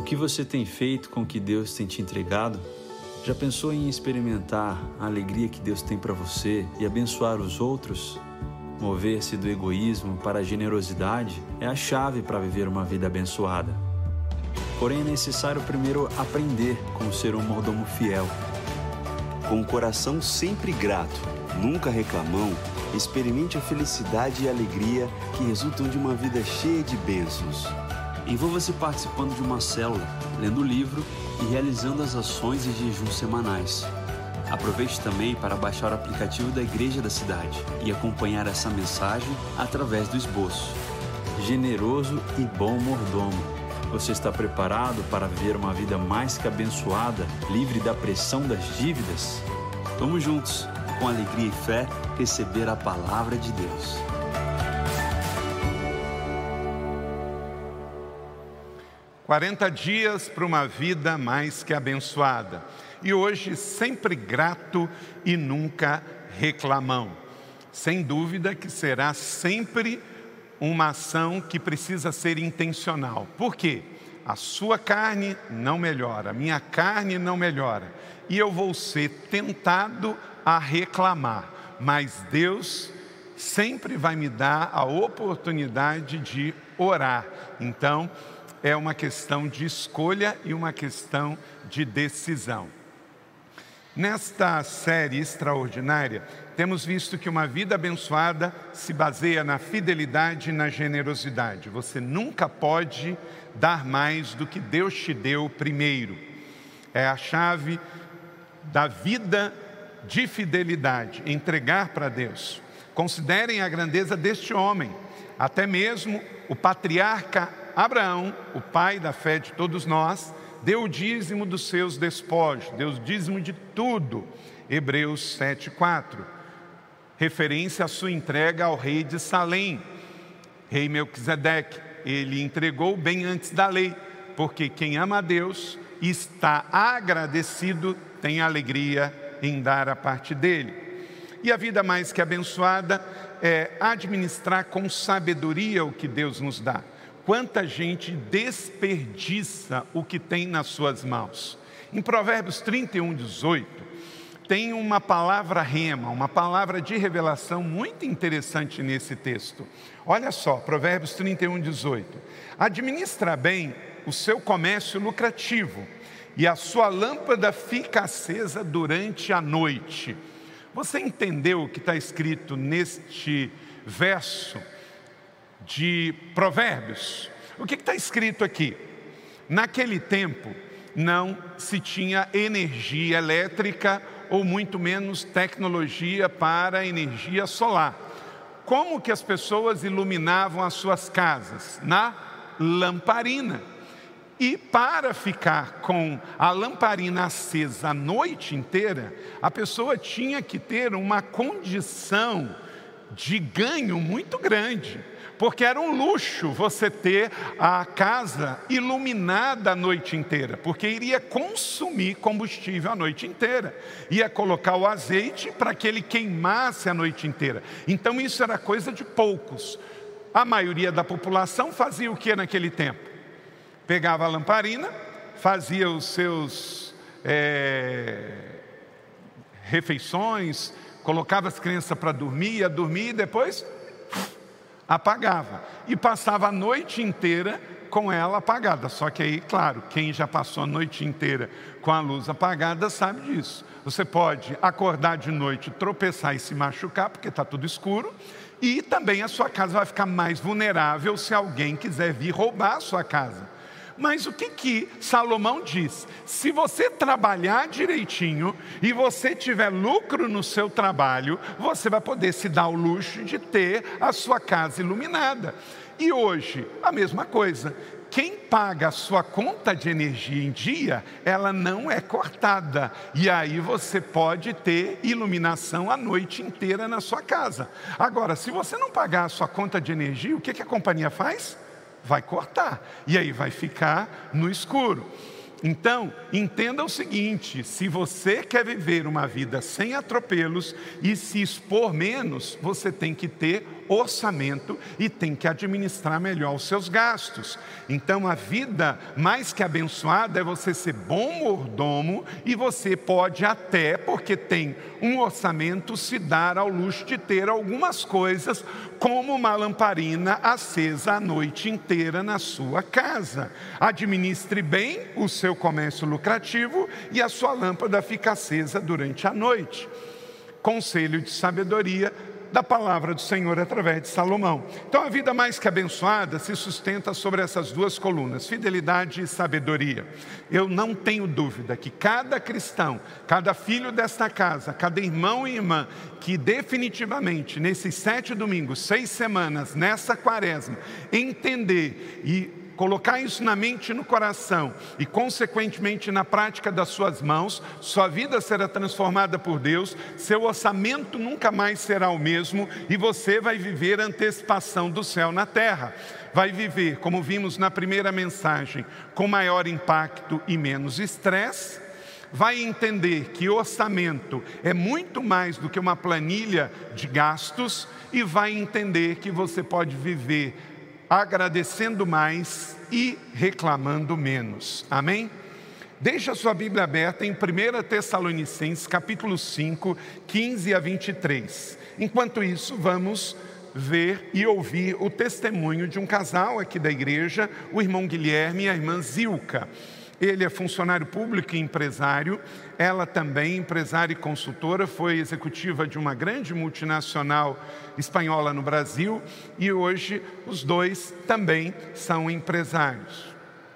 que você tem feito com o que Deus tem te entregado? Já pensou em experimentar a alegria que Deus tem para você e abençoar os outros? Mover-se do egoísmo para a generosidade é a chave para viver uma vida abençoada. Porém, é necessário primeiro aprender como ser um mordomo fiel. Com o coração sempre grato, nunca reclamão, experimente a felicidade e a alegria que resultam de uma vida cheia de bênçãos. Envolva-se participando de uma célula, lendo o livro e realizando as ações e jejuns semanais. Aproveite também para baixar o aplicativo da Igreja da Cidade e acompanhar essa mensagem através do esboço. Generoso e bom mordomo. Você está preparado para viver uma vida mais que abençoada, livre da pressão das dívidas? Vamos juntos, com alegria e fé, receber a palavra de Deus. "40 dias para uma vida mais que abençoada. E hoje, sempre grato e nunca reclamão." Sem dúvida que será sempre uma ação que precisa ser intencional. Por quê? A sua carne não melhora, a minha carne não melhora. E eu vou ser tentado a reclamar. Mas Deus sempre vai me dar a oportunidade de orar. Então, é uma questão de escolha e uma questão de decisão. Nesta série extraordinária, temos visto que uma vida abençoada se baseia na fidelidade e na generosidade. Você nunca pode dar mais do que Deus te deu primeiro. É a chave da vida de fidelidade, entregar para Deus. Considerem a grandeza deste homem, até mesmo o patriarca Abraão, o pai da fé de todos nós, deu o dízimo dos seus despojos, deu o dízimo de tudo. Hebreus 7:4, referência à sua entrega ao rei de Salém, rei Melquisedeque. Ele entregou bem antes da lei, porque quem ama a Deus e está agradecido tem alegria em dar a parte dele. E a vida mais que abençoada é administrar com sabedoria o que Deus nos dá. Quanta gente desperdiça o que tem nas suas mãos. Em Provérbios 31:18, tem uma palavra rema, uma palavra de revelação muito interessante nesse texto. Olha só, Provérbios 31:18. "Administra bem o seu comércio lucrativo, e a sua lâmpada fica acesa durante a noite." Você entendeu o que está escrito neste verso de Provérbios? O que está escrito aqui? Naquele tempo não se tinha energia elétrica ou muito menos tecnologia para energia solar. Como que as pessoas iluminavam as suas casas? Na lamparina. E para ficar com a lamparina acesa a noite inteira, a pessoa tinha que ter uma condição de ganho muito grande, porque era um luxo você ter a casa iluminada a noite inteira, porque iria consumir combustível a noite inteira, ia colocar o azeite para que ele queimasse a noite inteira. Então isso era coisa de poucos. A maioria da população fazia o que naquele tempo? Pegava a lamparina, fazia os seus refeições, colocava as crianças para dormir, ia dormir e depois apagava. E passava a noite inteira com ela apagada. Só que aí, claro, quem já passou a noite inteira com a luz apagada sabe disso. Você pode acordar de noite, tropeçar e se machucar, porque está tudo escuro. E também a sua casa vai ficar mais vulnerável se alguém quiser vir roubar a sua casa. Mas o que Salomão diz? Se você trabalhar direitinho e você tiver lucro no seu trabalho, você vai poder se dar o luxo de ter a sua casa iluminada. E hoje, a mesma coisa. Quem paga a sua conta de energia em dia, ela não é cortada. E aí você pode ter iluminação a noite inteira na sua casa. Agora, se você não pagar a sua conta de energia, o que a companhia faz? Vai cortar, e aí vai ficar no escuro. Então, entenda o seguinte: se você quer viver uma vida sem atropelos e se expor menos, você tem que ter orçamento e tem que administrar melhor os seus gastos. Então a vida mais que abençoada é você ser bom mordomo, e você pode até, porque tem um orçamento, se dar ao luxo de ter algumas coisas, como uma lamparina acesa a noite inteira na sua casa. Administre bem o seu comércio lucrativo e a sua lâmpada fica acesa durante a noite. Conselho de sabedoria da palavra do Senhor através de Salomão. Então a vida mais que abençoada se sustenta sobre essas duas colunas, fidelidade e sabedoria. Eu não tenho dúvida que cada cristão, cada filho desta casa, cada irmão e irmã que definitivamente nesses 7 domingos, 6 semanas, nessa quaresma, entender e colocar isso na mente e no coração e consequentemente na prática das suas mãos, sua vida será transformada por Deus, seu orçamento nunca mais será o mesmo e você vai viver a antecipação do céu na terra. Vai viver, como vimos na primeira mensagem, com maior impacto e menos estresse. Vai entender que orçamento é muito mais do que uma planilha de gastos e vai entender que você pode viver agradecendo mais e reclamando menos. Amém? Deixa a sua Bíblia aberta em 1 Tessalonicenses, capítulo 5, 15 a 23. Enquanto isso, vamos ver e ouvir o testemunho de um casal aqui da igreja, o irmão Guilherme e a irmã Zilka. Ele é funcionário público e empresário, ela também empresária e consultora, foi executiva de uma grande multinacional espanhola no Brasil e hoje os dois também são empresários.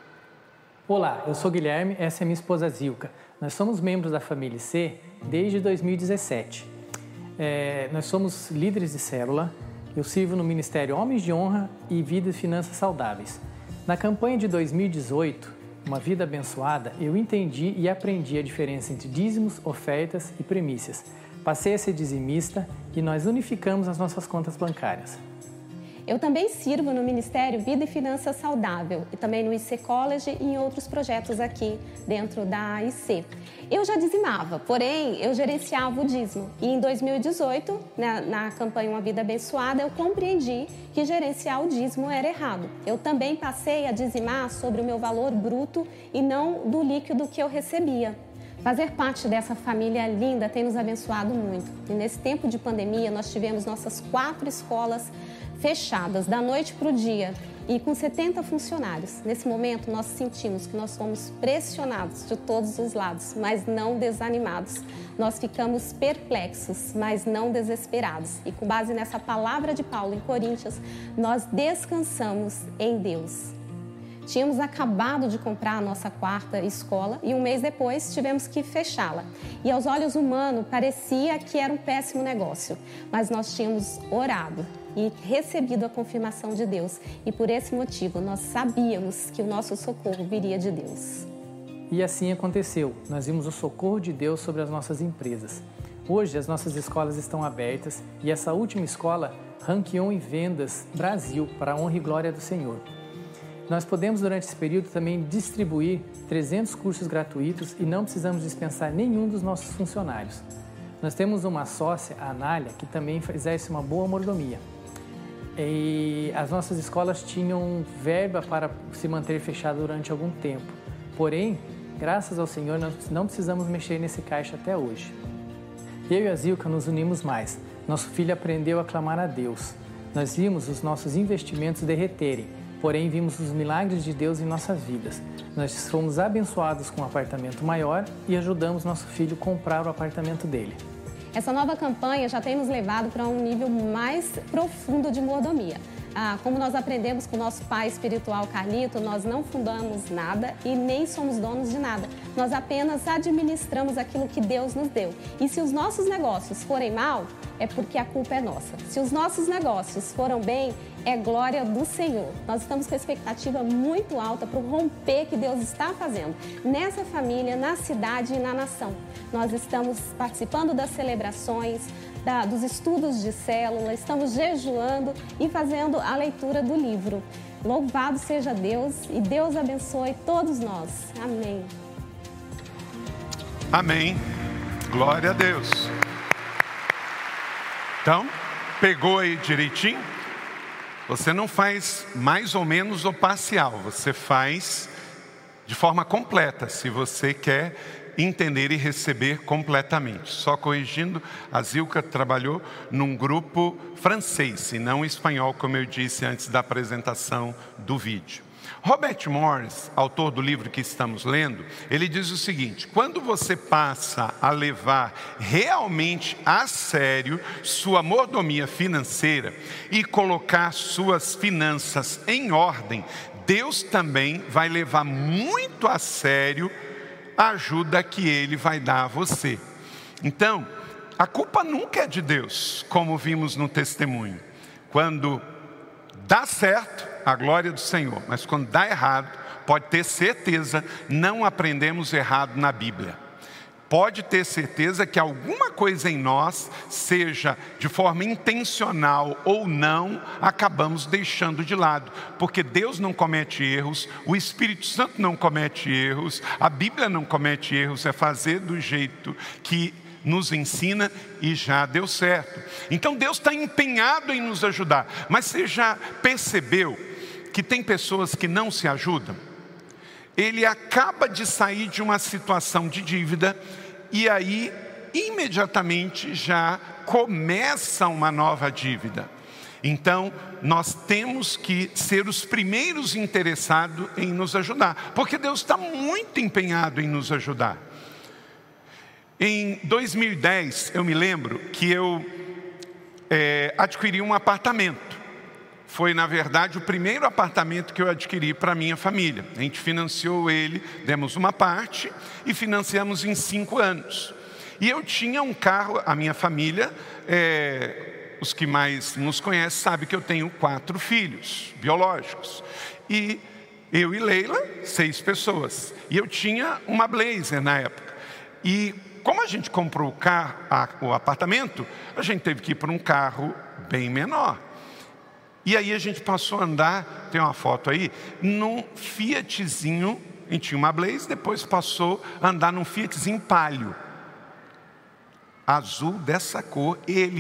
Olá, eu sou Guilherme, essa é minha esposa Zilka. Nós somos membros da família C desde 2017. Nós somos líderes de célula, eu sirvo no Ministério Homens de Honra e Vida e Finanças Saudáveis. Na campanha de 2018, Uma Vida Abençoada, eu entendi e aprendi a diferença entre dízimos, ofertas e primícias. Passei a ser dizimista e nós unificamos as nossas contas bancárias. Eu também sirvo no Ministério Vida e Finanças Saudável e também no IC College e em outros projetos aqui dentro da IC. Eu já dizimava, porém eu gerenciava o dízimo. E em 2018, na campanha Uma Vida Abençoada, eu compreendi que gerenciar o dízimo era errado. Eu também passei a dizimar sobre o meu valor bruto e não do líquido que eu recebia. Fazer parte dessa família linda tem nos abençoado muito. E nesse tempo de pandemia, nós tivemos nossas 4 escolas fechadas, da noite para o dia, e com 70 funcionários. Nesse momento, nós sentimos que nós fomos pressionados de todos os lados, mas não desanimados. Nós ficamos perplexos, mas não desesperados. E com base nessa palavra de Paulo em Coríntios, nós descansamos em Deus. Tínhamos acabado de comprar a nossa 4ª escola e um mês depois tivemos que fechá-la. E aos olhos humanos parecia que era um péssimo negócio, mas nós tínhamos orado e recebido a confirmação de Deus. E por esse motivo nós sabíamos que o nosso socorro viria de Deus. E assim aconteceu. Nós vimos o socorro de Deus sobre as nossas empresas. Hoje as nossas escolas estão abertas e essa última escola ranqueou em vendas Brasil para a honra e glória do Senhor. Nós podemos, durante esse período, também distribuir 300 cursos gratuitos e não precisamos dispensar nenhum dos nossos funcionários. Nós temos uma sócia, a Anália, que também exerce uma boa mordomia. E as nossas escolas tinham verba para se manter fechada durante algum tempo. Porém, graças ao Senhor, nós não precisamos mexer nesse caixa até hoje. Eu e a Zilka nos unimos mais. Nosso filho aprendeu a clamar a Deus. Nós vimos os nossos investimentos derreterem. Porém, vimos os milagres de Deus em nossas vidas. Nós fomos abençoados com um apartamento maior e ajudamos nosso filho a comprar o apartamento dele. Essa nova campanha já tem nos levado para um nível mais profundo de mordomia. Como nós aprendemos com o nosso pai espiritual Carlito, nós não fundamos nada e nem somos donos de nada. Nós apenas administramos aquilo que Deus nos deu. E se os nossos negócios forem mal, é porque a culpa é nossa. Se os nossos negócios foram bem, é glória do Senhor. Nós estamos com expectativa muito alta para o romper que Deus está fazendo nessa família, na cidade e na nação. Nós estamos participando das celebrações, dos estudos de célula, estamos jejuando e fazendo a leitura do livro. Louvado seja Deus e Deus abençoe todos nós. Amém. Amém. Glória a Deus. Então, pegou aí direitinho? Você não faz mais ou menos ou parcial, você faz de forma completa, se você quer entender e receber completamente. Só corrigindo, a Zilka trabalhou num grupo francês e não espanhol, como eu disse antes da apresentação do vídeo. Robert Morris, autor do livro que estamos lendo, ele diz o seguinte: quando você passa a levar realmente a sério sua mordomia financeira e colocar suas finanças em ordem, Deus também vai levar muito a sério a ajuda que Ele vai dar a você. Então, a culpa nunca é de Deus, como vimos no testemunho. Quando dá certo, a glória do Senhor. Mas quando dá errado, pode ter certeza, não aprendemos errado na Bíblia. Pode ter certeza que alguma coisa em nós, seja de forma intencional ou não, acabamos deixando de lado. Porque Deus não comete erros, o Espírito Santo não comete erros, a Bíblia não comete erros, é fazer do jeito que nos ensina e já deu certo. Então Deus está empenhado em nos ajudar. Mas você já percebeu que tem pessoas que não se ajudam? Ele acaba de sair de uma situação de dívida e aí imediatamente já começa uma nova dívida. Então nós temos que ser os primeiros interessados em nos ajudar, porque Deus está muito empenhado em nos ajudar. Em 2010 eu me lembro que eu adquiri um apartamento. Foi, na verdade, o primeiro apartamento que eu adquiri para a minha família. A gente financiou ele, demos uma parte e financiamos em 5 anos. E eu tinha um carro, a minha família, os que mais nos conhecem sabem que eu tenho 4 filhos biológicos. E eu e Leila, 6 pessoas. E eu tinha uma Blazer na época. E como a gente comprou o apartamento, a gente teve que ir para um carro bem menor. E aí a gente passou a andar, tem uma foto aí, num Fiatzinho, a gente tinha uma Blaze, depois passou a andar num Fiatzinho Palio. Azul dessa cor,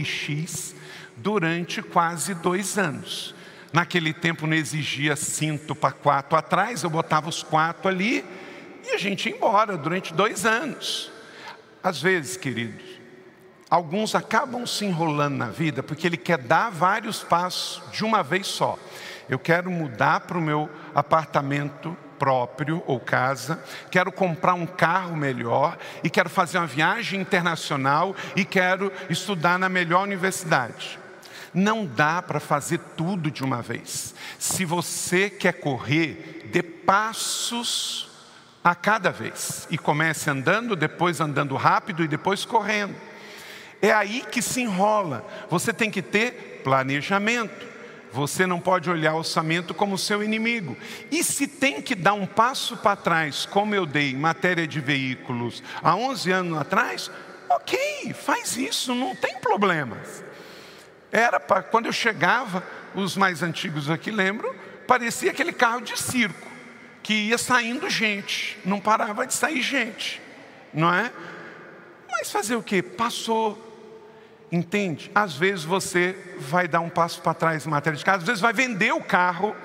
ELX, durante quase 2 anos. Naquele tempo não exigia cinto para 4 atrás, eu botava os 4 ali e a gente ia embora durante 2 anos. Às vezes, queridos, alguns acabam se enrolando na vida porque ele quer dar vários passos de uma vez só. Eu quero mudar para o meu apartamento próprio ou casa, quero comprar um carro melhor e quero fazer uma viagem internacional e quero estudar na melhor universidade. Não dá para fazer tudo de uma vez. Se você quer correr, dê passos a cada vez e comece andando, depois andando rápido e depois correndo. É aí que se enrola. Você tem que ter planejamento. Você não pode olhar o orçamento como seu inimigo. E se tem que dar um passo para trás, como eu dei em matéria de veículos há 11 anos atrás, ok, faz isso, não tem problemas. Era para quando eu chegava, os mais antigos aqui lembram, parecia aquele carro de circo, que ia saindo gente, não parava de sair gente, não é? Mas fazer o quê? Passou. Entende? Às vezes você vai dar um passo para trás em matéria de casa, às vezes vai vender o carro.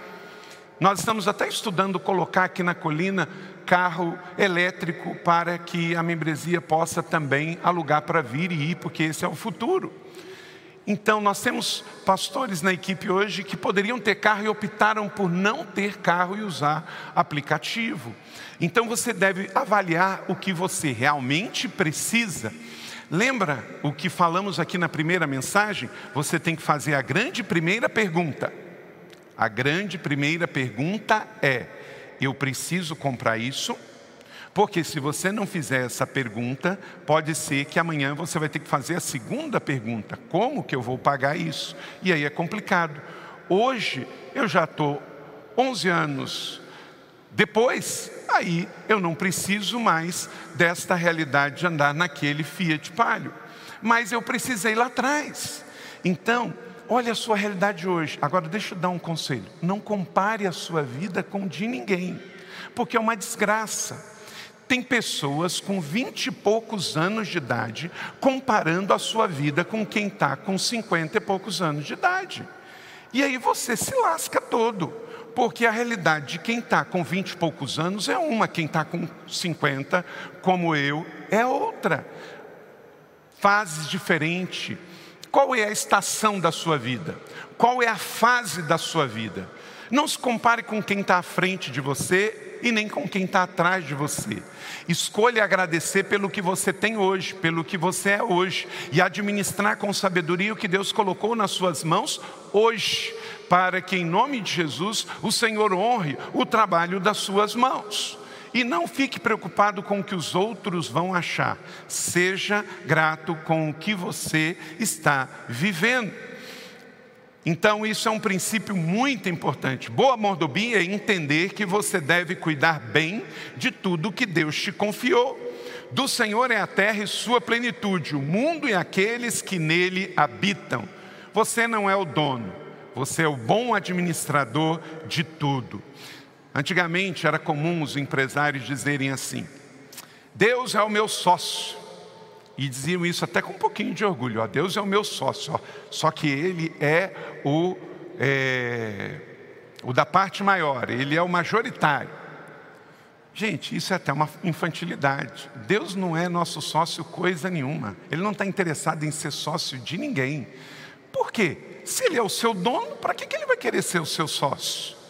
Nós estamos até estudando colocar aqui na colina carro elétrico para que a membresia possa também alugar para vir e ir, porque esse é o futuro. Então nós temos pastores na equipe hoje que poderiam ter carro e optaram por não ter carro e usar aplicativo. Então você deve avaliar o que você realmente precisa. Lembra o que falamos aqui na primeira mensagem? Você tem que fazer a grande primeira pergunta. A grande primeira pergunta é: eu preciso comprar isso? Porque se você não fizer essa pergunta, pode ser que amanhã você vai ter que fazer a segunda pergunta: como que eu vou pagar isso? E aí é complicado. Hoje eu já estou 11 anos depois, aí eu não preciso mais desta realidade de andar naquele Fiat Palio. Mas eu precisei lá atrás. Então, olha a sua realidade hoje. Agora deixa eu dar um conselho. Não compare a sua vida com de ninguém, porque é uma desgraça. Tem pessoas com 20 e poucos anos de idade comparando a sua vida com quem está com 50 e poucos anos de idade. E aí você se lasca todo, porque a realidade de quem está com 20 e poucos anos é uma, quem está com 50, como eu, é outra. Fases diferentes. Qual é a estação da sua vida? Qual é a fase da sua vida? Não se compare com quem está à frente de você e nem com quem está atrás de você. Escolha agradecer pelo que você tem hoje, pelo que você é hoje, e administrar com sabedoria o que Deus colocou nas suas mãos hoje, para que em nome de Jesus o Senhor honre o trabalho das suas mãos. E não fique preocupado com o que os outros vão achar. Seja grato com o que você está vivendo. Então isso é um princípio muito importante. Boa mordomia é entender que você deve cuidar bem de tudo que Deus te confiou. Do Senhor é a terra e sua plenitude, o mundo e aqueles que nele habitam. Você não é o dono, você é o bom administrador de tudo. Antigamente era comum os empresários dizerem assim: Deus é o meu sócio. E diziam isso até com um pouquinho de orgulho: Deus é o meu sócio, só que Ele é o da parte maior, Ele é o majoritário. Gente, isso é até uma infantilidade. Deus não é nosso sócio coisa nenhuma. Ele não está interessado em ser sócio de ninguém. Por quê? Se Ele é o seu dono, para que Ele vai querer ser o seu sócio?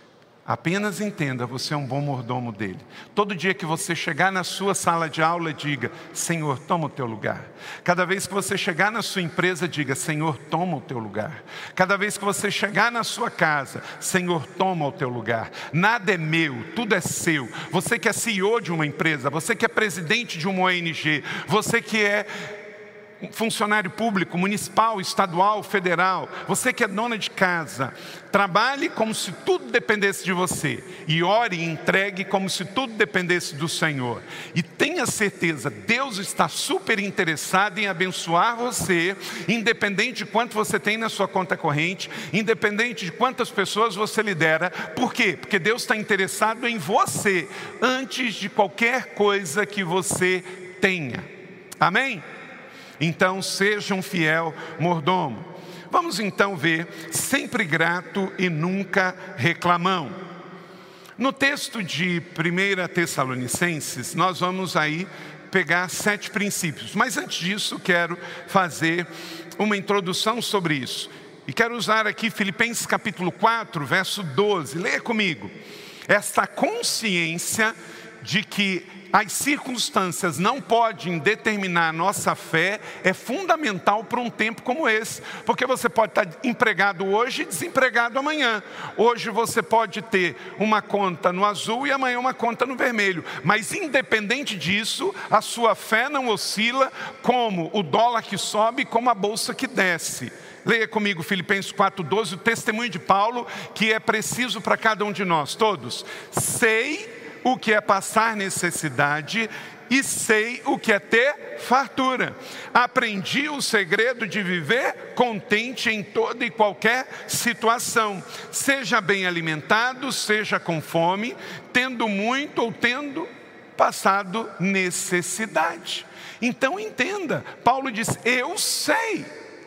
Apenas entenda, você é um bom mordomo dele. Todo dia que você chegar na sua sala de aula, diga: Senhor, toma o teu lugar. Cada vez que você chegar na sua empresa, diga: Senhor, toma o teu lugar. Cada vez que você chegar na sua casa, Senhor, toma o teu lugar. Nada é meu, tudo é seu. Você que é CEO de uma empresa, você que é presidente de uma ONG, você que é funcionário público, municipal, estadual, federal, você que é dona de casa, trabalhe como se tudo dependesse de você, e ore e entregue como se tudo dependesse do Senhor. E tenha certeza, Deus está super interessado em abençoar você, independente de quanto você tem na sua conta corrente, independente de quantas pessoas você lidera. Por quê? Porque Deus está interessado em você, antes de qualquer coisa que você tenha. Amém? Então, seja um fiel mordomo. Vamos então ver: sempre grato e nunca reclamão. No texto de 1 Tessalonicenses, nós vamos aí pegar 7 princípios. Mas antes disso, quero fazer uma introdução sobre isso. E quero usar aqui Filipenses capítulo 4, verso 12. Leia comigo. Esta consciência de que as circunstâncias não podem determinar a nossa fé é fundamental para um tempo como esse. Porque você pode estar empregado hoje e desempregado amanhã. Hoje você pode ter uma conta no azul e amanhã uma conta no vermelho. Mas independente disso, a sua fé não oscila como o dólar que sobe, como a bolsa que desce. Leia comigo Filipenses 4,12, o testemunho de Paulo, que é preciso para cada um de nós todos. Sei o que é passar necessidade e sei o que é ter fartura. Aprendi o segredo de viver contente em toda e qualquer situação. Seja bem alimentado, seja com fome, tendo muito ou tendo passado necessidade. Então entenda, Paulo diz: eu sei.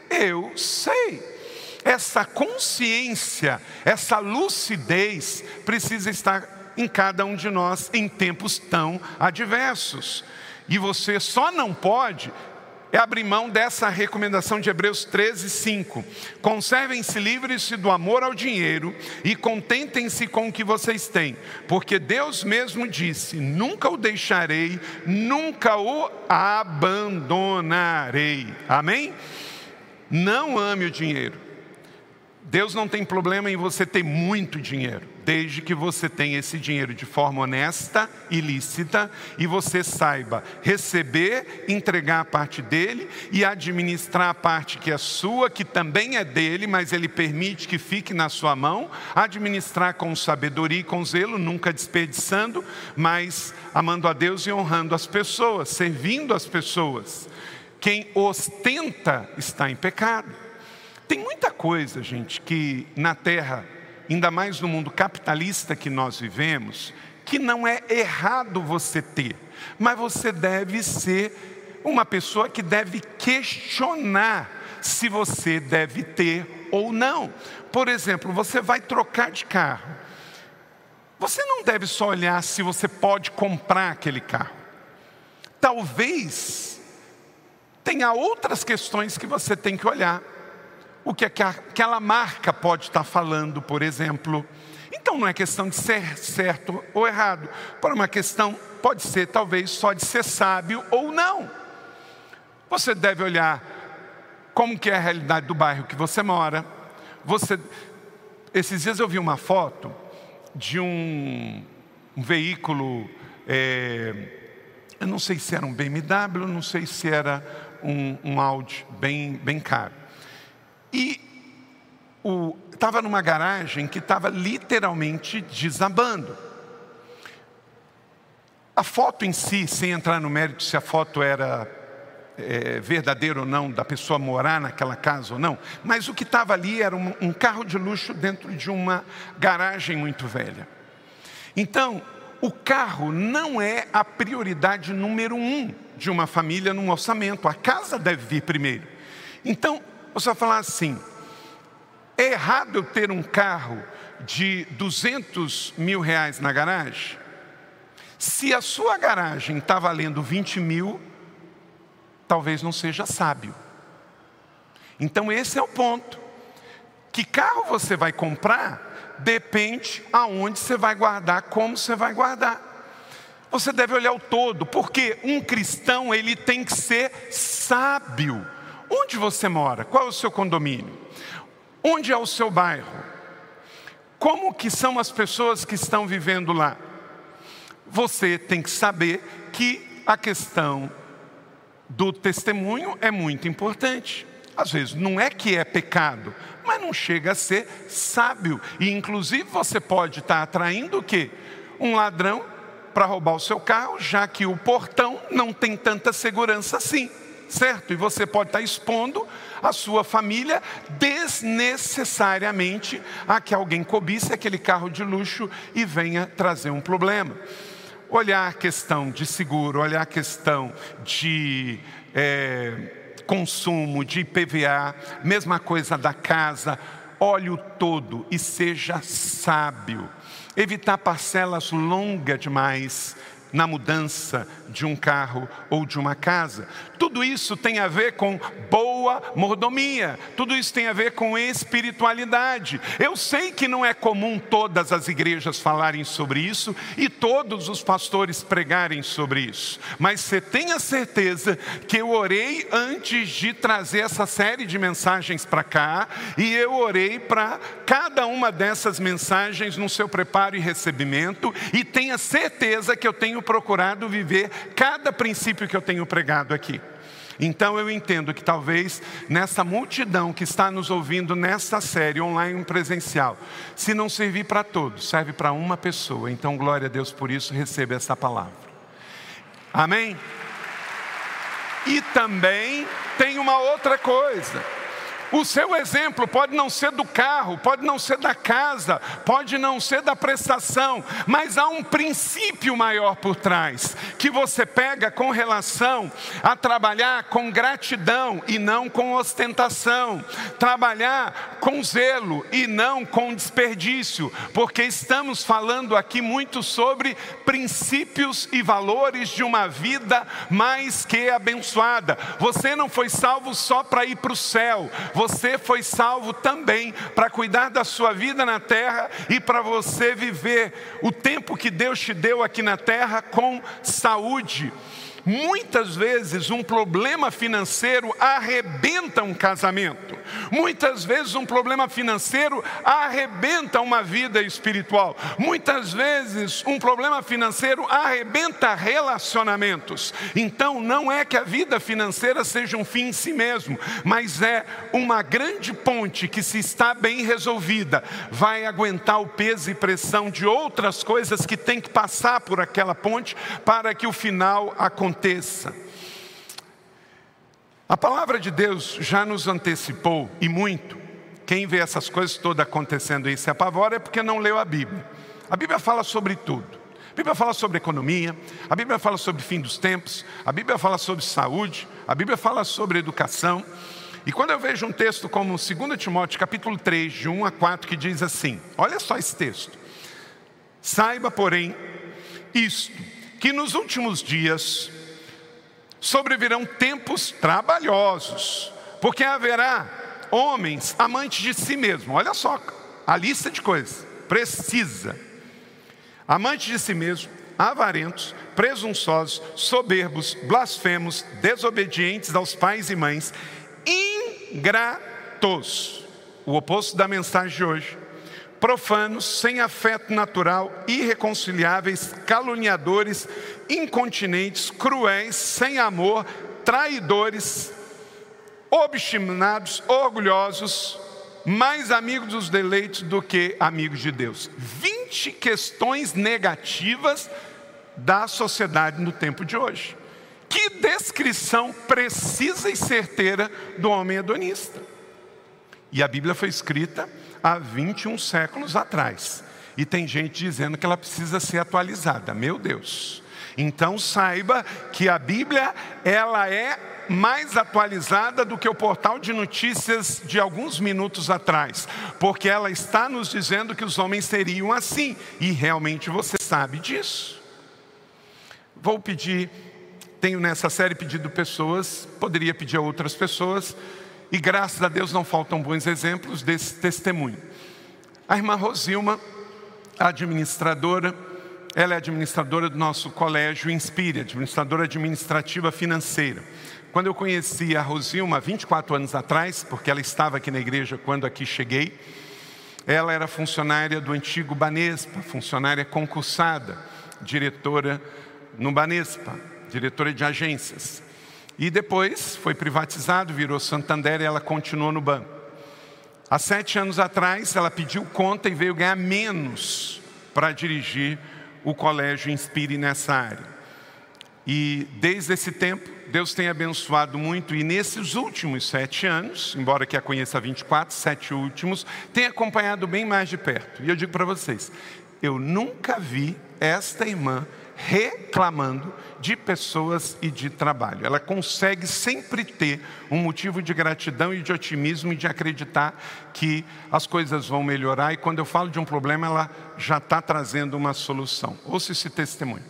Essa consciência, essa lucidez precisa estar em cada um de nós em tempos tão adversos. E você só não pode abrir mão dessa recomendação de Hebreus 13:5. Conservem-se livres do amor ao dinheiro e contentem-se com o que vocês têm, porque Deus mesmo disse: nunca o deixarei, nunca o abandonarei. Amém? Não ame o dinheiro. Deus não tem problema em você ter muito dinheiro, desde que você tenha esse dinheiro de forma honesta e lícita, e você saiba receber, entregar a parte dele e administrar a parte que é sua, que também é dele, mas ele permite que fique na sua mão. Administrar com sabedoria e com zelo, nunca desperdiçando, mas amando a Deus e honrando as pessoas, servindo as pessoas. Quem ostenta está em pecado. Tem muita coisa, gente, que na terra, ainda mais no mundo capitalista que nós vivemos, que não é errado você ter, mas você deve ser uma pessoa que deve questionar se você deve ter ou não. Por exemplo, você vai trocar de carro. Você não deve só olhar se você pode comprar aquele carro. Talvez tenha outras questões que você tem que olhar. O que aquela marca pode estar falando, por exemplo. Então não é questão de ser certo ou errado. Por uma questão, pode ser talvez só de ser sábio ou não. Você deve olhar como que é a realidade do bairro que você mora. Esses dias eu vi uma foto de um veículo, eu não sei se era um BMW, não sei se era um Audi bem caro. E estava numa garagem que estava literalmente desabando. A foto em si, sem entrar no mérito se a foto era verdadeira ou não, da pessoa morar naquela casa ou não, mas o que estava ali era um carro de luxo dentro de uma garagem muito velha. Então, o carro não é a prioridade número 1 de uma família num orçamento. A casa deve vir primeiro. Então, você vai falar assim, é errado eu ter um carro de 200 mil reais na garagem? Se a sua garagem está valendo 20 mil, talvez não seja sábio. Então esse é o ponto. Que carro você vai comprar depende aonde você vai guardar, como você vai guardar. Você deve olhar o todo, porque um cristão ele tem que ser sábio. Onde você mora? Qual é o seu condomínio? Onde é o seu bairro? Como que são as pessoas que estão vivendo lá? Você tem que saber que a questão do testemunho é muito importante. Às vezes não é que é pecado, mas não chega a ser sábio. E inclusive você pode estar atraindo o quê? Um ladrão para roubar o seu carro, já que o portão não tem tanta segurança assim. Certo? E você pode estar expondo a sua família desnecessariamente a que alguém cobice aquele carro de luxo e venha trazer um problema. Olhar a questão de seguro, olhar a questão de consumo, de IPVA, mesma coisa da casa. Olhe o todo e seja sábio. Evitar parcelas longas demais na mudança de um carro ou de uma casa. Tudo isso tem a ver com boa mordomia. Tudo isso tem a ver com espiritualidade. Eu sei que não é comum todas as igrejas falarem sobre isso e todos os pastores pregarem sobre isso. Mas você tenha certeza que eu orei antes de trazer essa série de mensagens para cá. E eu orei para cada uma dessas mensagens no seu preparo e recebimento. E tenha certeza que eu tenho procurado viver cada princípio que eu tenho pregado aqui. Então eu entendo que talvez nessa multidão que está nos ouvindo nessa série online presencial, se não servir para todos, serve para uma pessoa. Então glória a Deus por isso, receba essa palavra. Amém? E também tem uma outra coisa. O seu exemplo pode não ser do carro, pode não ser da casa, pode não ser da prestação, mas há um princípio maior por trás, que você pega com relação a trabalhar com gratidão e não com ostentação, trabalhar com zelo e não com desperdício, porque estamos falando aqui muito sobre princípios e valores de uma vida mais que abençoada. Você não foi salvo só para ir para o céu, você foi salvo também para cuidar da sua vida na terra e para você viver o tempo que Deus te deu aqui na terra com saúde. Muitas vezes um problema financeiro arrebenta um casamento. Muitas vezes um problema financeiro arrebenta uma vida espiritual. Muitas vezes um problema financeiro arrebenta relacionamentos. Então não é que a vida financeira seja um fim em si mesmo, mas é uma grande ponte que, se está bem resolvida, vai aguentar o peso e pressão de outras coisas que tem que passar por aquela ponte para que o final aconteça. A palavra de Deus já nos antecipou, e muito. Quem vê essas coisas todas acontecendo e se apavora é porque não leu a Bíblia. A Bíblia fala sobre tudo. A Bíblia fala sobre economia, a Bíblia fala sobre fim dos tempos, a Bíblia fala sobre saúde, a Bíblia fala sobre educação. E quando eu vejo um texto como 2 Timóteo, capítulo 3, de 1 a 4, que diz assim, olha só esse texto. Saiba, porém, isto, que nos últimos dias sobrevirão tempos trabalhosos, porque haverá homens amantes de si mesmo. Olha só a lista de coisas, precisa. Amantes de si mesmo, avarentos, presunçosos, soberbos, blasfemos, desobedientes aos pais e mães, ingratos, o oposto da mensagem de hoje, profanos, sem afeto natural, irreconciliáveis, caluniadores, incontinentes, cruéis, sem amor, traidores, obstinados, orgulhosos, mais amigos dos deleites do que amigos de Deus. 20 questões negativas da sociedade no tempo de hoje. Que descrição precisa e certeira do homem hedonista. E a Bíblia foi escrita há 21 séculos atrás. E tem gente dizendo que ela precisa ser atualizada. Meu Deus. Então saiba que a Bíblia, ela é mais atualizada do que o portal de notícias de alguns minutos atrás. Porque ela está nos dizendo que os homens seriam assim. E realmente você sabe disso. Vou pedir, tenho nessa série pedido pessoas, poderia pedir a outras pessoas. E graças a Deus não faltam bons exemplos desse testemunho. A irmã Rosilma, administradora, ela é administradora do nosso colégio Inspire, administradora administrativa financeira. Quando eu conheci a Rosilma, 24 anos atrás, porque ela estava aqui na igreja quando aqui cheguei, ela era funcionária do antigo Banespa, funcionária concursada, diretora no Banespa, diretora de agências. E depois foi privatizado, virou Santander e ela continuou no banco. Há 7 anos atrás, ela pediu conta e veio ganhar menos para dirigir o colégio Inspire nessa área. E desde esse tempo, Deus tem abençoado muito. E nesses últimos 7 anos, embora que a conheça há 24, 7 últimos, tem acompanhado bem mais de perto. E eu digo para vocês, eu nunca vi esta irmã reclamando de pessoas e de trabalho. Ela consegue sempre ter um motivo de gratidão e de otimismo e de acreditar que as coisas vão melhorar. E quando eu falo de um problema, ela já está trazendo uma solução. Ouça esse testemunho.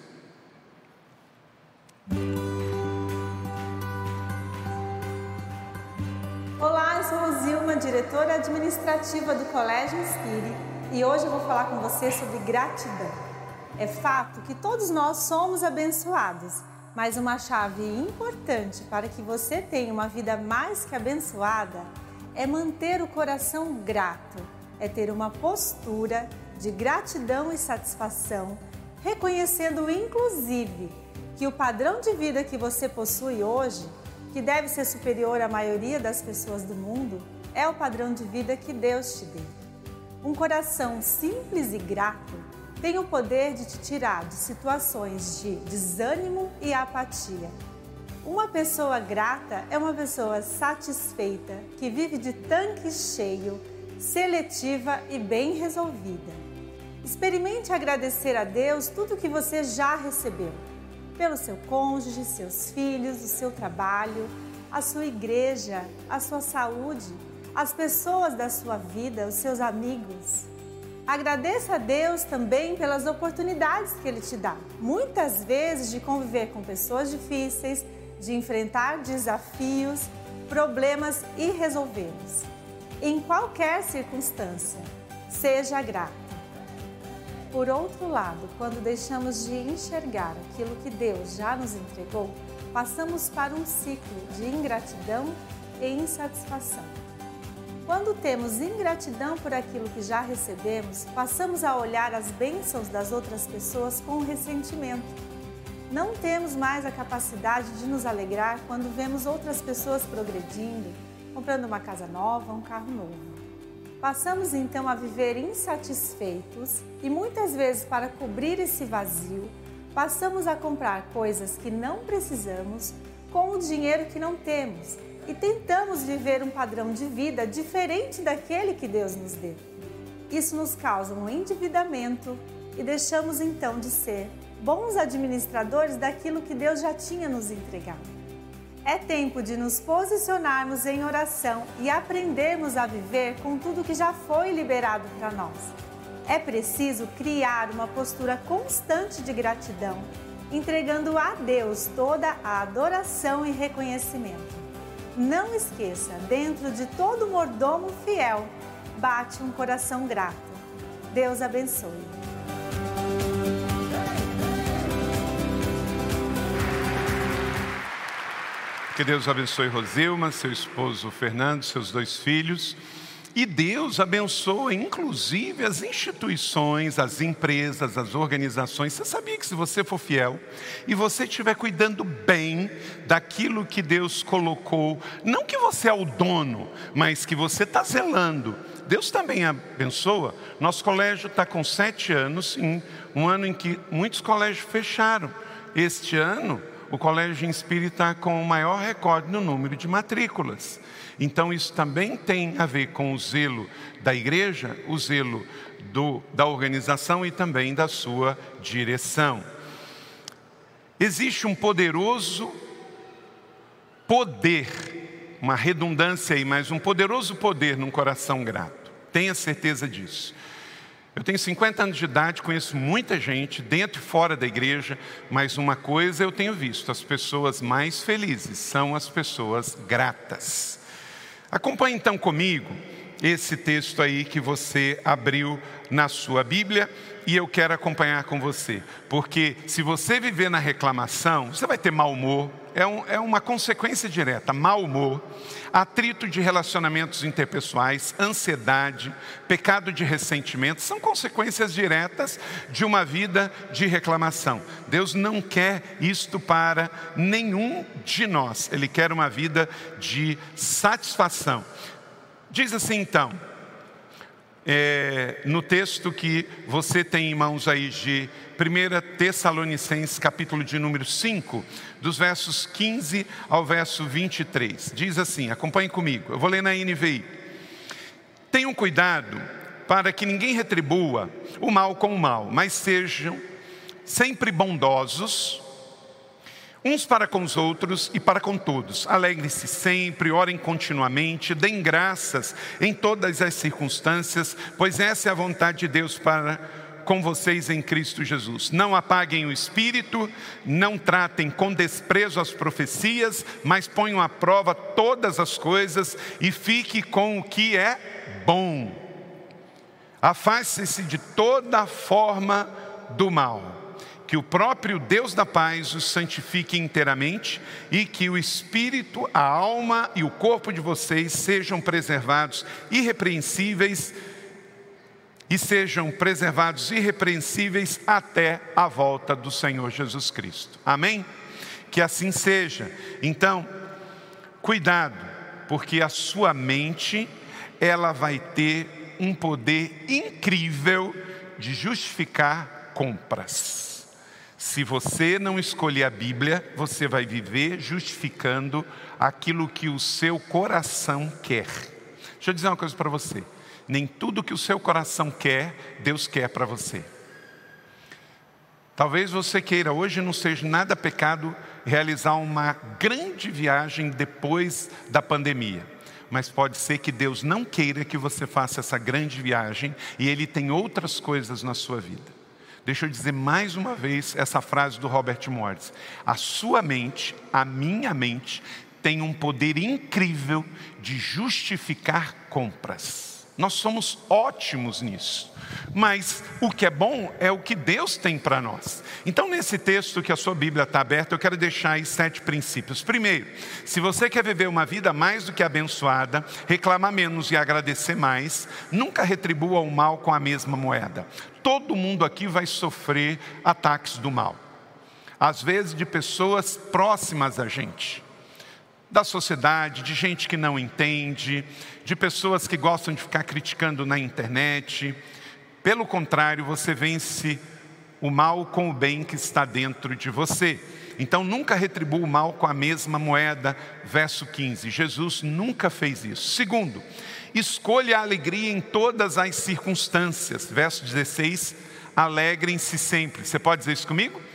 Olá, eu sou Rosilma, diretora administrativa do Colégio Inspire, e hoje eu vou falar com você sobre gratidão. É fato que todos nós somos abençoados, mas uma chave importante para que você tenha uma vida mais que abençoada é manter o coração grato, é ter uma postura de gratidão e satisfação, reconhecendo inclusive que o padrão de vida que você possui hoje, que deve ser superior à maioria das pessoas do mundo, é o padrão de vida que Deus te deu. Um coração simples e grato tem o poder de te tirar de situações de desânimo e apatia. Uma pessoa grata é uma pessoa satisfeita, que vive de tanque cheio, seletiva e bem resolvida. Experimente agradecer a Deus tudo que você já recebeu, pelo seu cônjuge, seus filhos, o seu trabalho, a sua igreja, a sua saúde, as pessoas da sua vida, os seus amigos. Agradeça a Deus também pelas oportunidades que Ele te dá, muitas vezes de conviver com pessoas difíceis, de enfrentar desafios, problemas e resolvê-los. Em qualquer circunstância, seja grato. Por outro lado, quando deixamos de enxergar aquilo que Deus já nos entregou, passamos para um ciclo de ingratidão e insatisfação. Quando temos ingratidão por aquilo que já recebemos, passamos a olhar as bênçãos das outras pessoas com ressentimento. Não temos mais a capacidade de nos alegrar quando vemos outras pessoas progredindo, comprando uma casa nova, um carro novo. Passamos então a viver insatisfeitos e muitas vezes, para cobrir esse vazio, passamos a comprar coisas que não precisamos com o dinheiro que não temos e tentamos viver um padrão de vida diferente daquele que Deus nos deu. Isso nos causa um endividamento e deixamos então de ser bons administradores daquilo que Deus já tinha nos entregado. É tempo de nos posicionarmos em oração e aprendermos a viver com tudo que já foi liberado para nós. É preciso criar uma postura constante de gratidão, entregando a Deus toda a adoração e reconhecimento. Não esqueça, dentro de todo mordomo fiel, bate um coração grato. Deus abençoe. Que Deus abençoe Rosilma, seu esposo Fernando, seus 2 filhos. E Deus abençoa, inclusive, as instituições, as empresas, as organizações. Você sabia que se você for fiel e você estiver cuidando bem daquilo que Deus colocou, não que você é o dono, mas que você está zelando, Deus também abençoa. Nosso colégio está com 7 anos, em um ano em que muitos colégios fecharam. Este ano, o Colégio Inspire está com o maior recorde no número de matrículas. Então isso também tem a ver com o zelo da igreja, o zelo da organização e também da sua direção. Existe um poderoso poder, uma redundância aí, mas um poderoso poder num coração grato. Tenha certeza disso. Eu tenho 50 anos de idade, conheço muita gente dentro e fora da igreja, mas uma coisa eu tenho visto: as pessoas mais felizes são as pessoas gratas. Acompanhe então comigo esse texto aí que você abriu na sua Bíblia, e eu quero acompanhar com você, porque se você viver na reclamação, você vai ter mau humor. É uma consequência direta: mau humor, atrito de relacionamentos interpessoais, ansiedade, pecado de ressentimento, são consequências diretas de uma vida de reclamação. Deus não quer isto para nenhum de nós, Ele quer uma vida de satisfação. Diz assim então, no texto que você tem em mãos aí de 1 Tessalonicenses, capítulo de número 5, dos versos 15 ao verso 23. Diz assim, acompanhe comigo, eu vou ler na NVI. Tenham cuidado para que ninguém retribua o mal com o mal, mas sejam sempre bondosos uns para com os outros e para com todos. Alegrem-se sempre, orem continuamente, deem graças em todas as circunstâncias, pois essa é a vontade de Deus para com vocês em Cristo Jesus. Não apaguem o espírito, não tratem com desprezo as profecias, mas ponham à prova todas as coisas e fique com o que é bom. Afaste-se de toda forma do mal. Que o próprio Deus da paz os santifique inteiramente e que o espírito, a alma e o corpo de vocês sejam preservados irrepreensíveis até a volta do Senhor Jesus Cristo. Amém? Que assim seja. Então, cuidado, porque a sua mente, ela vai ter um poder incrível de justificar compras. Se você não escolher a Bíblia, você vai viver justificando aquilo que o seu coração quer. Deixa eu dizer uma coisa para você. Nem tudo que o seu coração quer, Deus quer para você. Talvez você queira, hoje não seja nada pecado realizar uma grande viagem depois da pandemia. Mas pode ser que Deus não queira que você faça essa grande viagem e Ele tem outras coisas na sua vida. Deixa eu dizer mais uma vez essa frase do Robert Morris. A sua mente, a minha mente, tem um poder incrível de justificar compras. Nós somos ótimos nisso. Mas o que é bom é o que Deus tem para nós. Então, nesse texto que a sua Bíblia está aberta, eu quero deixar aí 7 princípios. Primeiro, se você quer viver uma vida mais do que abençoada, reclamar menos e agradecer mais, nunca retribua o mal com a mesma moeda. Todo mundo aqui vai sofrer ataques do mal. Às vezes de pessoas próximas a gente. Da sociedade, de gente que não entende, de pessoas que gostam de ficar criticando na internet. Pelo contrário, você vence o mal com o bem que está dentro de você. Então nunca retribua o mal com a mesma moeda. Verso 15, Jesus nunca fez isso. Segundo, escolha a alegria em todas as circunstâncias. Verso 16, alegrem-se sempre. Você pode dizer isso comigo?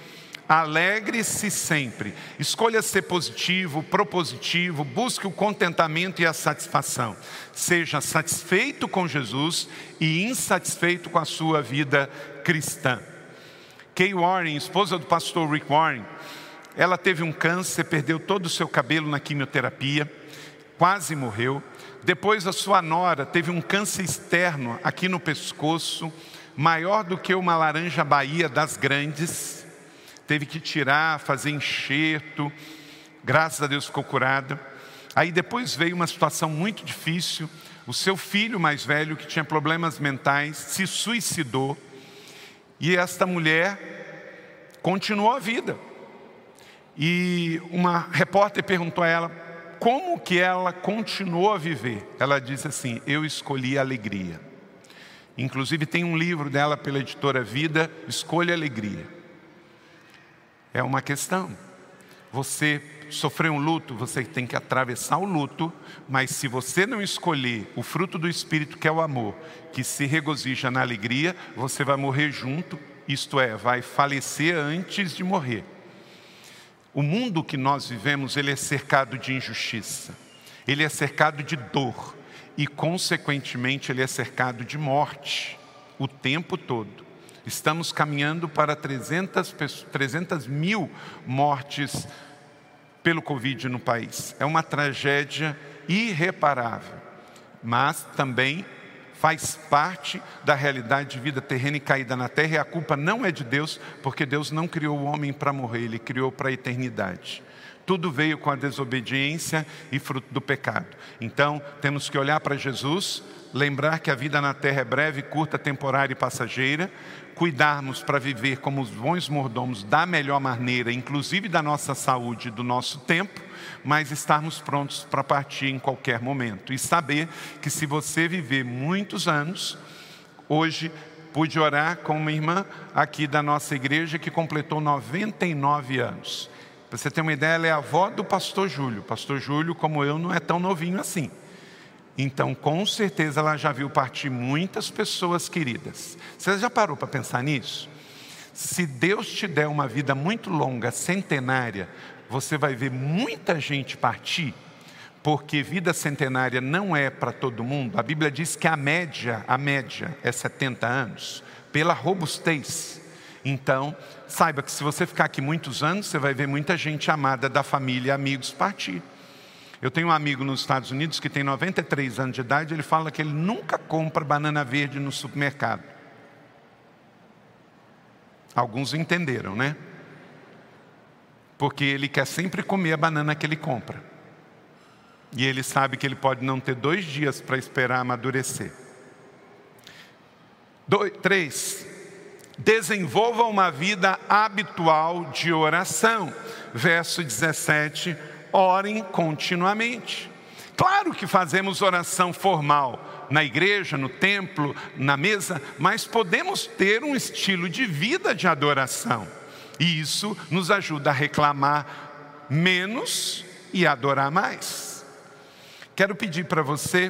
Alegre-se sempre. Escolha ser positivo, propositivo, busque o contentamento e a satisfação. Seja satisfeito com Jesus e insatisfeito com a sua vida cristã. Kay Warren, esposa do pastor Rick Warren, ela teve um câncer, perdeu todo o seu cabelo na quimioterapia, quase morreu. Depois a sua nora teve um câncer externo aqui no pescoço, maior do que uma laranja Bahia das grandes. Teve que tirar, fazer enxerto, graças a Deus ficou curada. Aí depois veio uma situação muito difícil, o seu filho mais velho, que tinha problemas mentais, se suicidou. E esta mulher continuou a vida. E uma repórter perguntou a ela, como que ela continuou a viver? Ela disse assim, eu escolhi a alegria. Inclusive tem um livro dela pela editora Vida, Escolha a Alegria. É uma questão. Você sofreu um luto, você tem que atravessar o luto, mas se você não escolher o fruto do Espírito, que é o amor, que se regozija na alegria, você vai morrer junto, isto é, vai falecer antes de morrer. O mundo que nós vivemos, ele é cercado de injustiça, ele é cercado de dor e, consequentemente, ele é cercado de morte o tempo todo. Estamos caminhando para 300 mil mortes pelo Covid no país. É uma tragédia irreparável, mas também faz parte da realidade de vida terrena e caída na terra. E a culpa não é de Deus, porque Deus não criou o homem para morrer, Ele criou para a eternidade. Tudo veio com a desobediência e fruto do pecado. Então, temos que olhar para Jesus, lembrar que a vida na terra é breve, curta, temporária e passageira, cuidarmos para viver como os bons mordomos da melhor maneira, inclusive da nossa saúde e do nosso tempo, mas estarmos prontos para partir em qualquer momento. E saber que se você viver muitos anos, hoje pude orar com uma irmã aqui da nossa igreja que completou 99 anos. Para você ter uma ideia, ela é a avó do pastor Júlio. Pastor Júlio, como eu, não é tão novinho assim. Então, com certeza, ela já viu partir muitas pessoas queridas. Você já parou para pensar nisso? Se Deus te der uma vida muito longa, centenária, você vai ver muita gente partir, porque vida centenária não é para todo mundo. A Bíblia diz que a média é 70 anos, pela robustez. Então, saiba que se você ficar aqui muitos anos, você vai ver muita gente amada da família e amigos partir. Eu tenho um amigo nos Estados Unidos que tem 93 anos de idade, ele fala que ele nunca compra banana verde no supermercado. Alguns entenderam, né? Porque ele quer sempre comer a banana que ele compra. E ele sabe que ele pode não ter 2 dias para esperar amadurecer. 3. Desenvolva uma vida habitual de oração. Verso 17, orem continuamente. Claro que fazemos oração formal na igreja, no templo, na mesa, mas podemos ter um estilo de vida de adoração. E isso nos ajuda a reclamar menos e a adorar mais. Quero pedir para você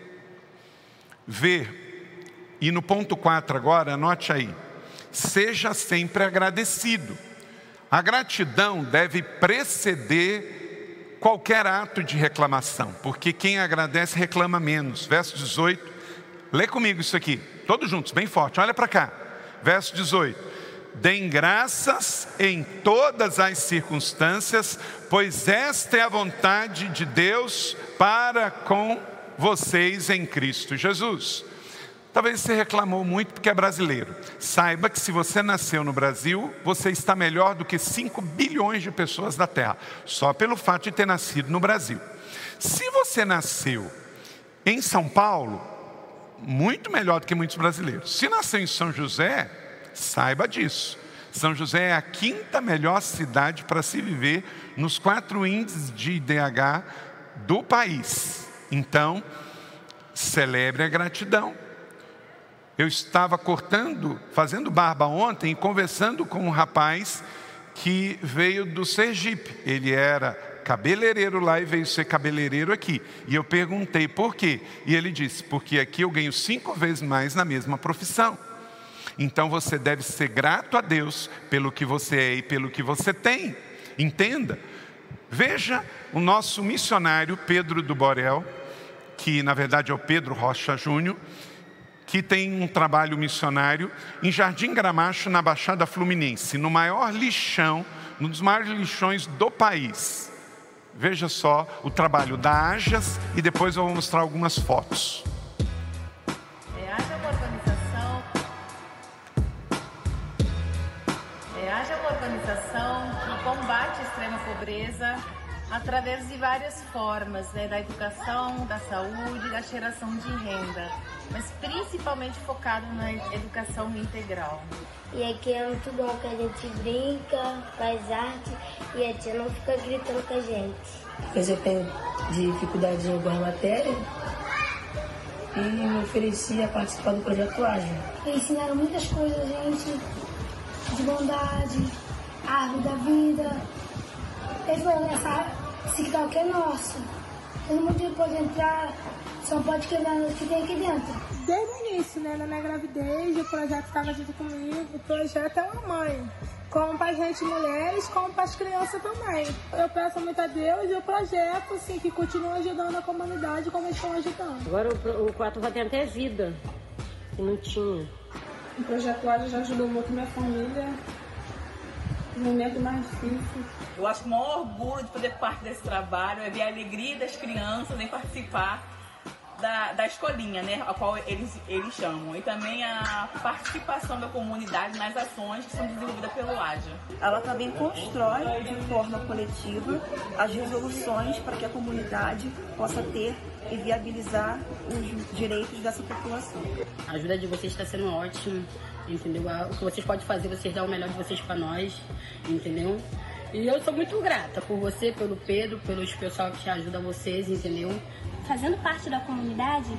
ver, e no ponto 4 agora, anote aí. Seja sempre agradecido. A gratidão deve preceder qualquer ato de reclamação, porque quem agradece reclama menos. Verso 18, lê comigo isso aqui, todos juntos, bem forte, olha para cá. Verso 18, deem graças em todas as circunstâncias, pois esta é a vontade de Deus para com vocês em Cristo Jesus. Talvez você reclamou muito porque é brasileiro. Saiba que se você nasceu no Brasil, você está melhor do que 5 bilhões de pessoas da Terra, só pelo fato de ter nascido no Brasil. Se você nasceu em São Paulo, muito melhor do que muitos brasileiros. Se nasceu em São José, saiba disso. São José é a 5ª melhor cidade para se viver nos 4 índices de IDH do país. Então, celebre a gratidão. Eu estava fazendo barba ontem e conversando com um rapaz que veio do Sergipe. Ele era cabeleireiro lá e veio ser cabeleireiro aqui. E eu perguntei por quê. E ele disse, porque aqui eu ganho 5 vezes mais na mesma profissão. Então você deve ser grato a Deus pelo que você é e pelo que você tem. Entenda. Veja o nosso missionário Pedro do Borel, que na verdade é o Pedro Rocha Júnior, que tem um trabalho missionário em Jardim Gramacho, na Baixada Fluminense, no maior lixão, um dos maiores lixões do país. Veja só o trabalho da Ajas e depois eu vou mostrar algumas fotos. A uma organização que combate a extrema pobreza através de várias formas, da educação, da saúde, da geração de renda, mas principalmente focado na educação integral. E aqui é muito bom que a gente brinca, faz arte e a tia não fica gritando com a gente. Pois eu tenho dificuldade em alguma matéria e me ofereci a participar do projeto Ágil. Ensinaram muitas coisas, gente, de bondade, árvore da vida. Eles falaram, esse quintal que é nosso. Todo mundo pode entrar, só pode quebrar o que tem aqui dentro. Desde o início, na minha gravidez, o projeto estava junto comigo. O projeto é uma mãe, como para as gente mulheres, como para as crianças também. Eu peço muito a Deus e o projeto, assim, que continua ajudando a comunidade como eles estão ajudando. Agora o quarto vai ter até vida, que não tinha. O projeto Ágil já ajudou muito minha família no momento mais difícil. Eu acho que o maior orgulho de fazer parte desse trabalho é ver a alegria das crianças em participar da escolinha, a qual eles chamam. E também a participação da comunidade nas ações que são desenvolvidas pelo Ágil. Ela também constrói de forma coletiva as resoluções para que a comunidade possa ter e viabilizar os direitos dessa população. A ajuda de vocês está sendo ótima, entendeu? O que vocês podem fazer, vocês dão o melhor de vocês para nós, entendeu? E eu sou muito grata por você, pelo Pedro, pelos pessoal que ajuda vocês, entendeu? Fazendo parte da comunidade,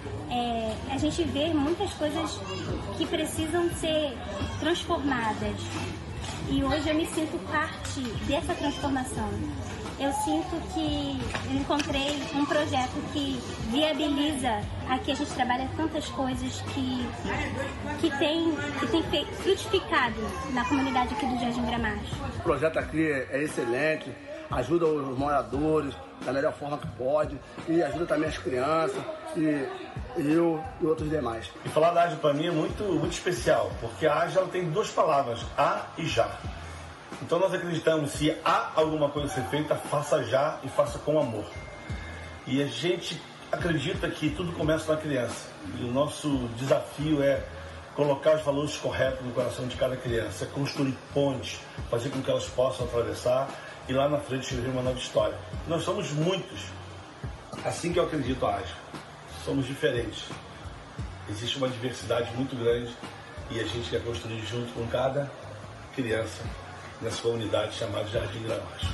a gente vê muitas coisas que precisam ser transformadas. E hoje eu me sinto parte dessa transformação. Eu sinto que eu encontrei um projeto que viabiliza. Aqui a gente trabalha tantas coisas que tem frutificado na comunidade aqui do Jardim Gramacho. O projeto aqui é excelente, ajuda os moradores da melhor forma que pode e ajuda também as crianças e eu e outros demais. E falar da Ágil para mim é muito especial, porque a Ágil tem duas palavras, a e já. Então nós acreditamos, se há alguma coisa a ser feita, faça já e faça com amor. E a gente acredita que tudo começa na criança. E o nosso desafio é colocar os valores corretos no coração de cada criança, construir pontes, fazer com que elas possam atravessar e lá na frente viver uma nova história. Nós somos muitos. Assim que eu acredito a Ágil. Somos diferentes. Existe uma diversidade muito grande e a gente quer construir junto com cada criança nessa comunidade chamada Jardim Gramacho.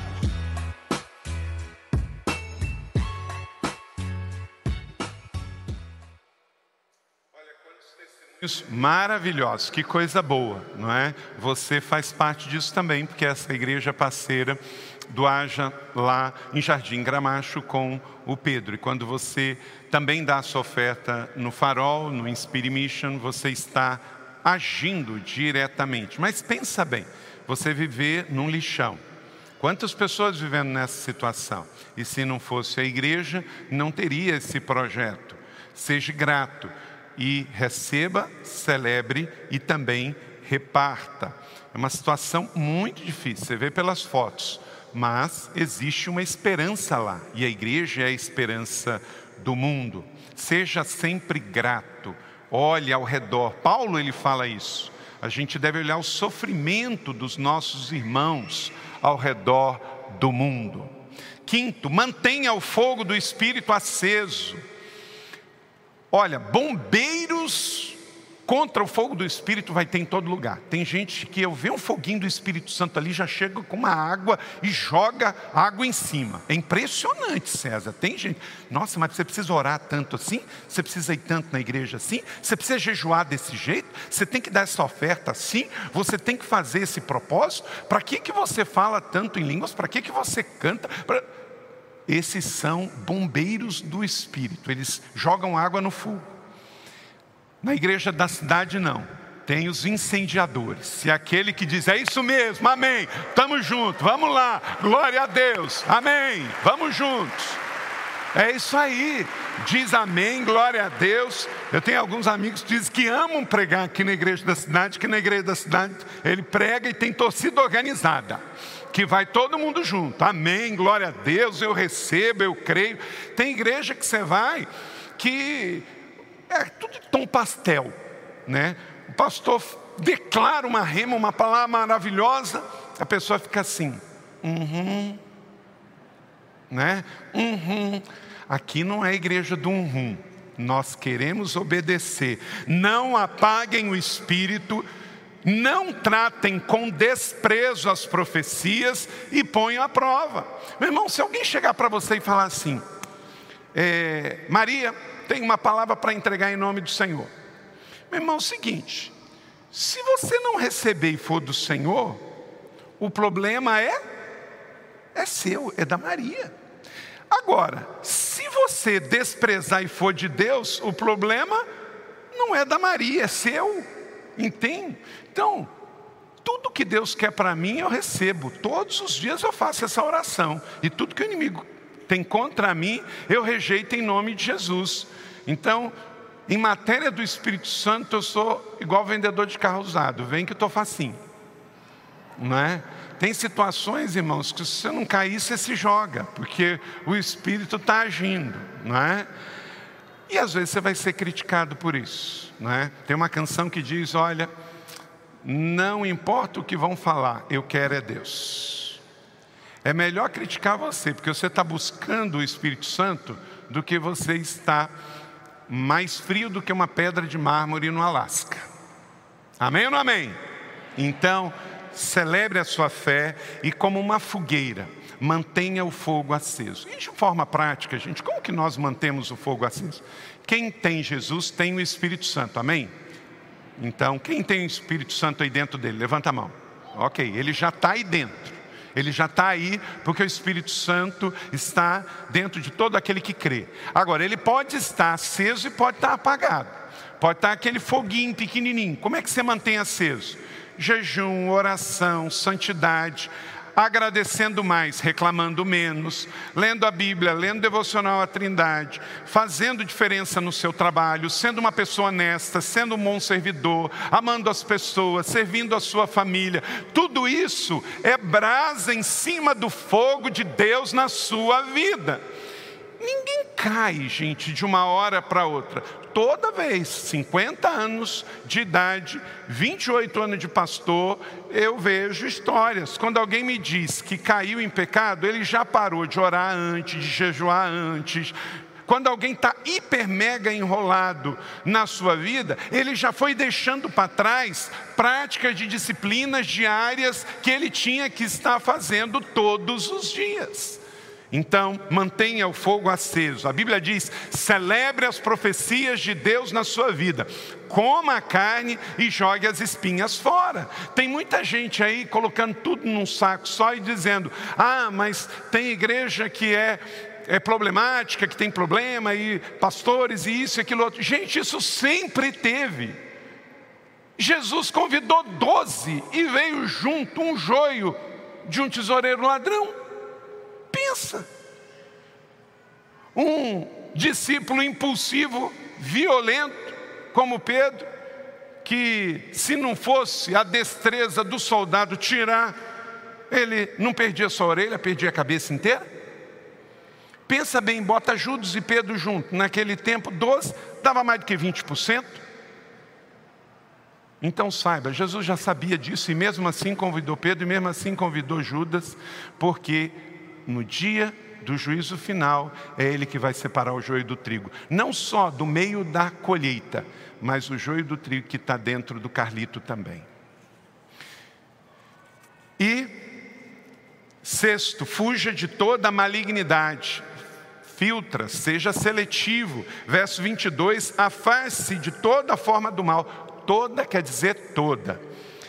Maravilhosos, que coisa boa, não é? Você faz parte disso também, porque essa igreja é parceira do Ágil lá em Jardim Gramacho com o Pedro. E quando você também dá a sua oferta no Farol, no Inspire Mission, você está agindo diretamente. Mas pensa bem, você viver num lixão. Quantas pessoas vivendo nessa situação? E se não fosse a igreja, não teria esse projeto. Seja grato. E receba, celebre e também reparta. É uma situação muito difícil, você vê pelas fotos, mas existe uma esperança lá, e a igreja é a esperança do mundo. Seja sempre grato, olhe ao redor. Paulo ele fala isso, a gente deve olhar o sofrimento dos nossos irmãos ao redor do mundo. Quinto, mantenha o fogo do Espírito aceso. Olha, bombeiros contra o fogo do Espírito vai ter em todo lugar. Tem gente que eu vejo um foguinho do Espírito Santo ali, já chega com uma água e joga água em cima. É impressionante, César. Tem gente, nossa, mas você precisa orar tanto assim? Você precisa ir tanto na igreja assim? Você precisa jejuar desse jeito? Você tem que dar essa oferta assim? Você tem que fazer esse propósito? Para que você fala tanto em línguas? Para que você canta? Esses são bombeiros do Espírito, eles jogam água no fogo. Na igreja da cidade não, tem os incendiadores. E aquele que diz, é isso mesmo, amém, estamos juntos, vamos lá, glória a Deus, amém, vamos juntos. É isso aí, diz amém, glória a Deus. Eu tenho alguns amigos que dizem que amam pregar aqui na igreja da cidade, que na igreja da cidade ele prega e tem torcida organizada, que vai todo mundo junto, amém, glória a Deus, eu recebo, eu creio. Tem igreja que você vai, que é tudo de tom pastel, né? O pastor declara uma rema, uma palavra maravilhosa, a pessoa fica assim, né? Aqui não é a igreja do nós queremos obedecer. Não apaguem o espírito, não tratem com desprezo as profecias e ponham à prova. Meu irmão, se alguém chegar para você e falar assim, Maria, tem uma palavra para entregar em nome do Senhor. Meu irmão, é o seguinte, se você não receber e for do Senhor, o problema é seu, é da Maria. Agora, se você desprezar e for de Deus, o problema não é da Maria, é seu, entende? Então, tudo que Deus quer para mim eu recebo, todos os dias eu faço essa oração, e tudo que o inimigo tem contra mim, eu rejeito em nome de Jesus. Então, em matéria do Espírito Santo, eu sou igual vendedor de carro usado, vem que eu estou facinho, não é? Tem situações, irmãos, que se você não cair, você se joga, porque o Espírito está agindo, não é? E às vezes você vai ser criticado por isso, não é? Tem uma canção que diz, olha, não importa o que vão falar, eu quero é Deus. É melhor criticar você, porque você está buscando o Espírito Santo, do que você está mais frio do que uma pedra de mármore no Alasca. Amém ou não amém? Então, celebre a sua fé e como uma fogueira, mantenha o fogo aceso. E de forma prática, gente, como que nós mantemos o fogo aceso? Quem tem Jesus tem o Espírito Santo, amém? Então, quem tem o Espírito Santo aí dentro dele? Levanta a mão. Ok, ele já está aí dentro. Ele já está aí porque o Espírito Santo está dentro de todo aquele que crê. Agora, ele pode estar aceso e pode estar apagado. Pode estar aquele foguinho pequenininho. Como é que você mantém aceso? Jejum, oração, santidade, agradecendo mais, reclamando menos, lendo a Bíblia, lendo devocional à Trindade, fazendo diferença no seu trabalho, sendo uma pessoa honesta, sendo um bom servidor, amando as pessoas, servindo a sua família. Tudo isso é brasa em cima do fogo de Deus na sua vida. Ninguém cai, gente, de uma hora para outra. Toda vez, 50 anos de idade, 28 anos de pastor, eu vejo histórias. Quando alguém me diz que caiu em pecado, ele já parou de orar antes, de jejuar antes. Quando alguém está hiper mega enrolado na sua vida, ele já foi deixando para trás práticas de disciplinas diárias que ele tinha que estar fazendo todos os dias. Então, mantenha o fogo aceso. A Bíblia diz, celebre as profecias de Deus na sua vida. Coma a carne e jogue as espinhas fora. Tem muita gente aí colocando tudo num saco só e dizendo, mas tem igreja que é problemática, que tem problema, e pastores e isso e aquilo outro. Gente, isso sempre teve. Jesus convidou 12 e veio junto um joio de um tesoureiro ladrão. Pensa, um discípulo impulsivo, violento, como Pedro, que se não fosse a destreza do soldado tirar, ele não perdia só a orelha, perdia a cabeça inteira. Pensa bem, bota Judas e Pedro junto, naquele tempo 12, dava mais do que 20%. Então saiba, Jesus já sabia disso e mesmo assim convidou Pedro e mesmo assim convidou Judas, porque no dia do juízo final, é ele que vai separar o joio do trigo. Não só do meio da colheita, mas o joio do trigo que está dentro do carlito também. E, sexto, fuja de toda malignidade. Filtra, seja seletivo. Verso 22, afaste-se de toda forma do mal. Toda quer dizer toda.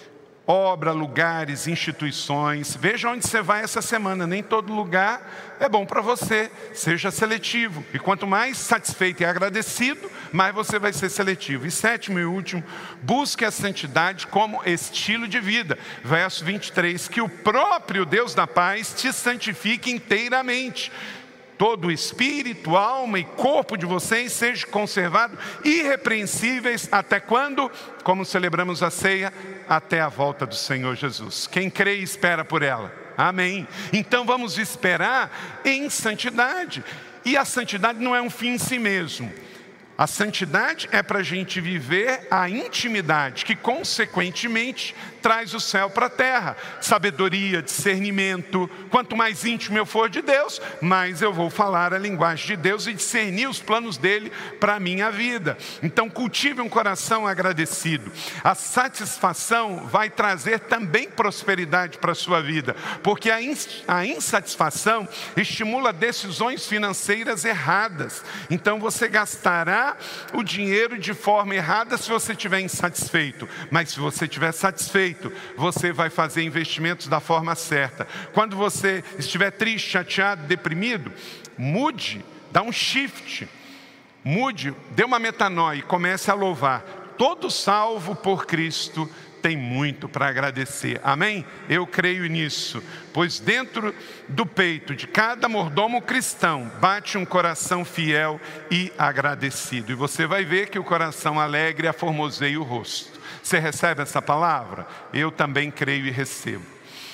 obra, lugares, instituições. Veja onde você vai essa semana. Nem todo lugar é bom para você. Seja seletivo. E quanto mais satisfeito e agradecido, mais você vai ser seletivo. E sétimo e último, busque a santidade como estilo de vida. Verso 23, que o próprio Deus da paz te santifique inteiramente. Todo o espírito, alma e corpo de vocês seja conservado irrepreensíveis até quando? Como celebramos a ceia, até a volta do Senhor Jesus. Quem crê e espera por ela. Amém. Então vamos esperar em santidade. E a santidade não é um fim em si mesmo. A santidade é para a gente viver a intimidade, que consequentemente traz o céu para a terra. Sabedoria, discernimento. Quanto mais íntimo eu for de Deus, mais eu vou falar a linguagem de Deus e discernir os planos dele para a minha vida. Então cultive um coração agradecido. A satisfação vai trazer também prosperidade para a sua vida, porque a insatisfação estimula decisões financeiras erradas. Então você gastará o dinheiro de forma errada se você estiver insatisfeito. Mas se você estiver satisfeito, você vai fazer investimentos da forma certa. Quando você estiver triste, chateado, deprimido, mude, dá um shift. Mude, dê uma metanoia e comece a louvar. Todo salvo por Cristo tem muito para agradecer. Amém? Eu creio nisso, pois dentro do peito de cada mordomo cristão bate um coração fiel e agradecido. E você vai ver que o coração alegre aformoseia o rosto. Você recebe essa palavra? Eu também creio e recebo.